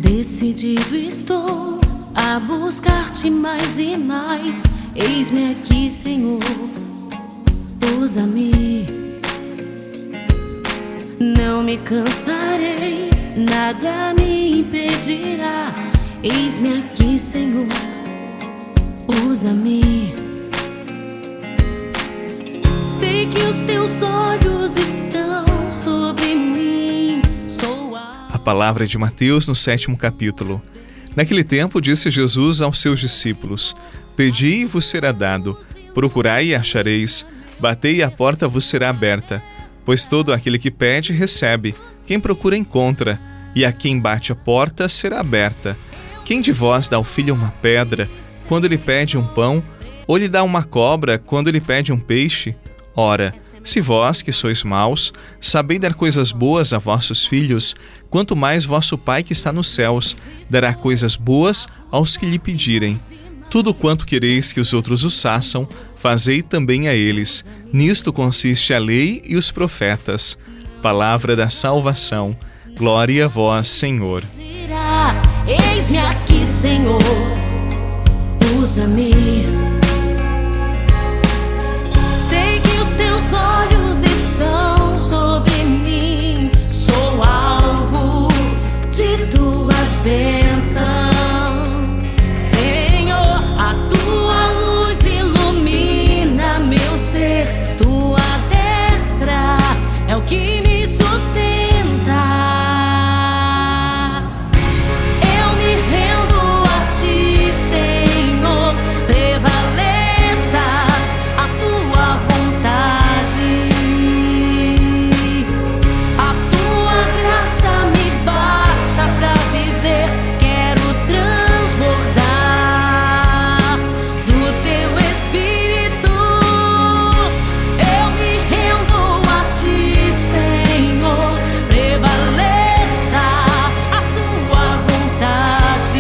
Decidido estou a buscar-te mais e mais. Eis-me aqui, Senhor, usa-me. Não me cansarei, nada me impedirá. Eis-me aqui, Senhor, usa-me. Sei que os teus olhos estão sobre mim. A palavra de Mateus no 7º capítulo. Naquele tempo disse Jesus aos seus discípulos: Pedi e vos será dado, procurai e achareis, batei e a porta vos será aberta. Pois todo aquele que pede, recebe, quem procura, encontra, e a quem bate a porta será aberta. Quem de vós dá ao filho uma pedra, quando ele pede um pão, ou lhe dá uma cobra, quando ele pede um peixe? Ora, se vós, que sois maus, sabeis dar coisas boas a vossos filhos, quanto mais vosso Pai que está nos céus dará coisas boas aos que lhe pedirem. Tudo quanto quereis que os outros os façam, fazei também a eles. Nisto consiste a lei e os profetas. Palavra da salvação. Glória a vós, Senhor. Eis-me aqui, Senhor, usa-me. Sei que os teus olhos estão sobre mim. Sou alvo de tuas bênçãos, Senhor. A tua luz ilumina meu ser. Tua destra é o que me sustenta. Eu me rendo a ti, Senhor. Prevaleça a tua vontade. A tua graça me basta pra viver. Quero transbordar do teu Espírito. Eu me rendo a ti, Senhor. Prevaleça a tua vontade.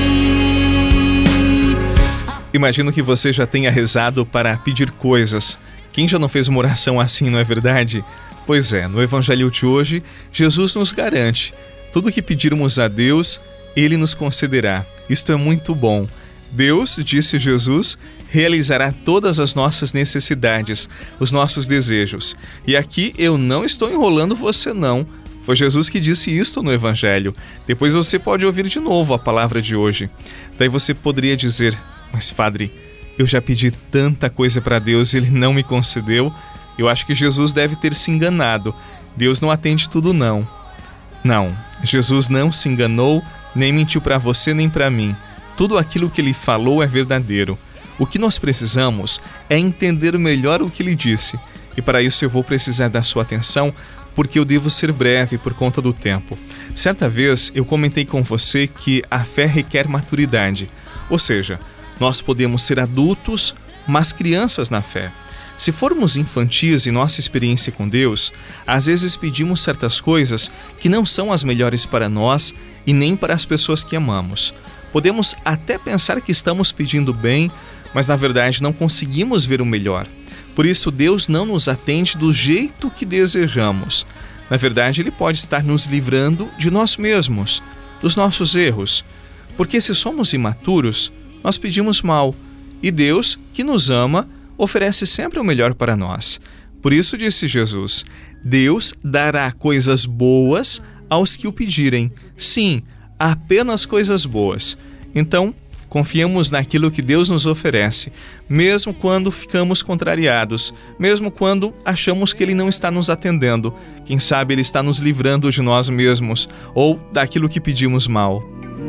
Imagino que você já tenha rezado para pedir coisas. Quem já não fez uma oração assim, não é verdade? Pois é, no Evangelho de hoje, Jesus nos garante: tudo que pedirmos a Deus, Ele nos concederá. Isto é muito bom. Deus, disse Jesus, realizará todas as nossas necessidades, os nossos desejos. E aqui eu não estou enrolando você, não. Foi Jesus que disse isto no Evangelho. Depois você pode ouvir de novo a palavra de hoje. Daí você poderia dizer: mas padre, eu já pedi tanta coisa para Deus e Ele não me concedeu. Eu acho que Jesus deve ter se enganado. Deus não atende tudo, não. Não, Jesus não se enganou, nem mentiu para você nem para mim. Tudo aquilo que Ele falou é verdadeiro. O que nós precisamos é entender melhor o que Ele disse. E para isso eu vou precisar da sua atenção, porque eu devo ser breve por conta do tempo. Certa vez eu comentei com você que a fé requer maturidade. Ou seja, nós podemos ser adultos, mas crianças na fé. Se formos infantis em nossa experiência com Deus, às vezes pedimos certas coisas que não são as melhores para nós e nem para as pessoas que amamos. Podemos até pensar que estamos pedindo bem, mas na verdade não conseguimos ver o melhor. Por isso Deus não nos atende do jeito que desejamos. Na verdade, Ele pode estar nos livrando de nós mesmos, dos nossos erros. Porque se somos imaturos, nós pedimos mal. E Deus, que nos ama, oferece sempre o melhor para nós. Por isso disse Jesus: Deus dará coisas boas aos que o pedirem. Sim, apenas coisas boas. Então, confiamos naquilo que Deus nos oferece, mesmo quando ficamos contrariados, mesmo quando achamos que Ele não está nos atendendo. Quem sabe Ele está nos livrando de nós mesmos ou daquilo que pedimos mal.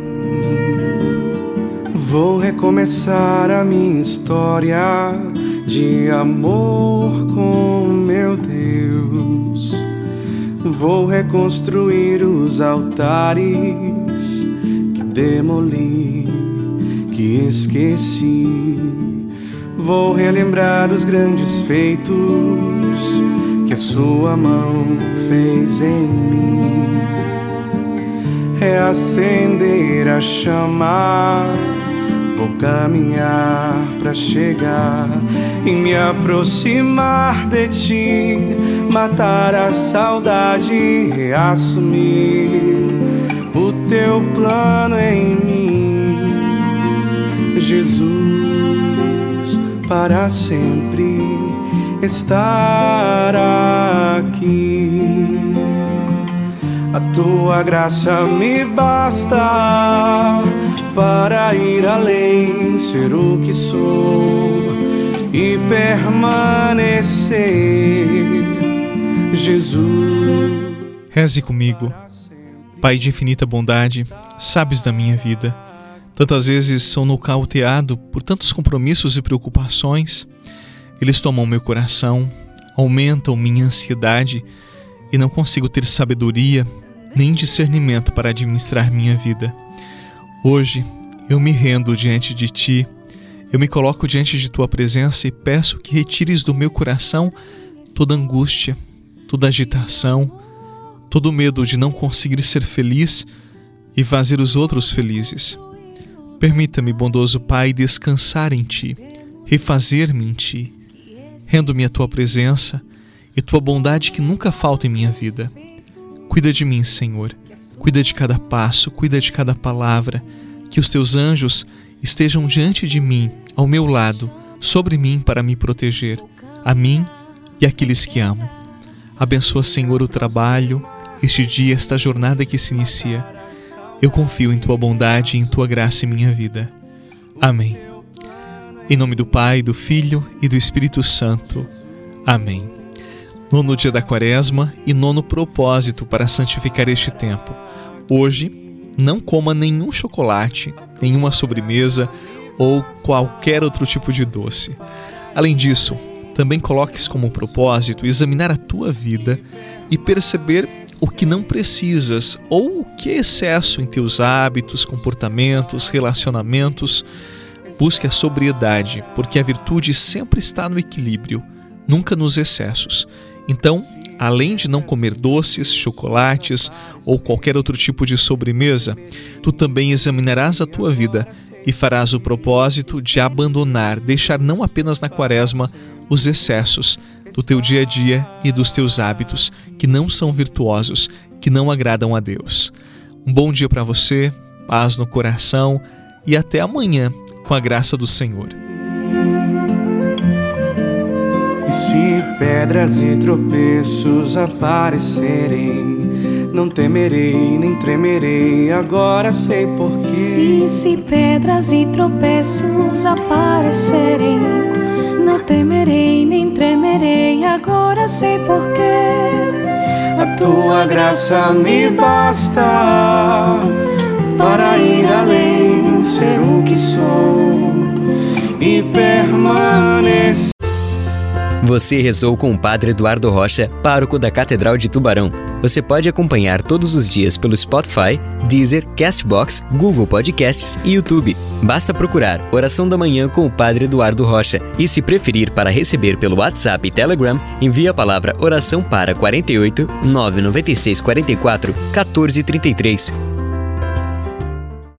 Vou recomeçar a minha história de amor com meu Deus. Vou reconstruir os altares que demoli, que esqueci. Vou relembrar os grandes feitos que a sua mão fez em mim. Reacender a chama, vou caminhar pra chegar e me aproximar de ti, matar a saudade e reassumir o teu plano Jesus, para sempre estar aqui. A tua graça me basta para ir além, ser o que sou e permanecer, Jesus. Reze comigo. Pai de infinita bondade, sabes da minha vida. Tantas vezes sou nocauteado por tantos compromissos e preocupações. Eles tomam meu coração, aumentam minha ansiedade e não consigo ter sabedoria nem discernimento para administrar minha vida. Hoje eu me rendo diante de Ti, eu me coloco diante de Tua presença e peço que retires do meu coração toda angústia, toda agitação, todo medo de não conseguir ser feliz e fazer os outros felizes. Permita-me, bondoso Pai, descansar em Ti, refazer-me em Ti. Rendo-me à Tua presença e Tua bondade que nunca falta em minha vida. Cuida de mim, Senhor. Cuida de cada passo, cuida de cada palavra. Que os Teus anjos estejam diante de mim, ao meu lado, sobre mim para me proteger, a mim e àqueles que amo. Abençoa, Senhor, o trabalho, este dia, esta jornada que se inicia. Eu confio em Tua bondade e em Tua graça em minha vida. Amém. Em nome do Pai, do Filho e do Espírito Santo. Amém. Nono dia da Quaresma e nono propósito para santificar este tempo. Hoje, não coma nenhum chocolate, nenhuma sobremesa ou qualquer outro tipo de doce. Além disso, também coloques como propósito examinar a tua vida e perceber o que não precisas ou o que é excesso em teus hábitos, comportamentos, relacionamentos. Busque a sobriedade, porque a virtude sempre está no equilíbrio, nunca nos excessos. Então, além de não comer doces, chocolates ou qualquer outro tipo de sobremesa, tu também examinarás a tua vida e farás o propósito de abandonar, deixar não apenas na Quaresma os excessos do teu dia a dia e dos teus hábitos que não são virtuosos, que não agradam a Deus. Um bom dia para você, paz no coração e até amanhã com a graça do Senhor. E se pedras e tropeços aparecerem, não temerei nem tremerei, agora sei porquê. E se pedras e tropeços aparecerem, não temerei nem tremerei, agora sei porquê. A tua graça me basta para ir além, ser o que sou e permanecer. Você rezou com o Padre Eduardo Rocha, pároco da Catedral de Tubarão. Você pode acompanhar todos os dias pelo Spotify, Deezer, Castbox, Google Podcasts e YouTube. Basta procurar Oração da Manhã com o Padre Eduardo Rocha. E se preferir para receber pelo WhatsApp e Telegram, envie a palavra oração para 48 996 44 14 33.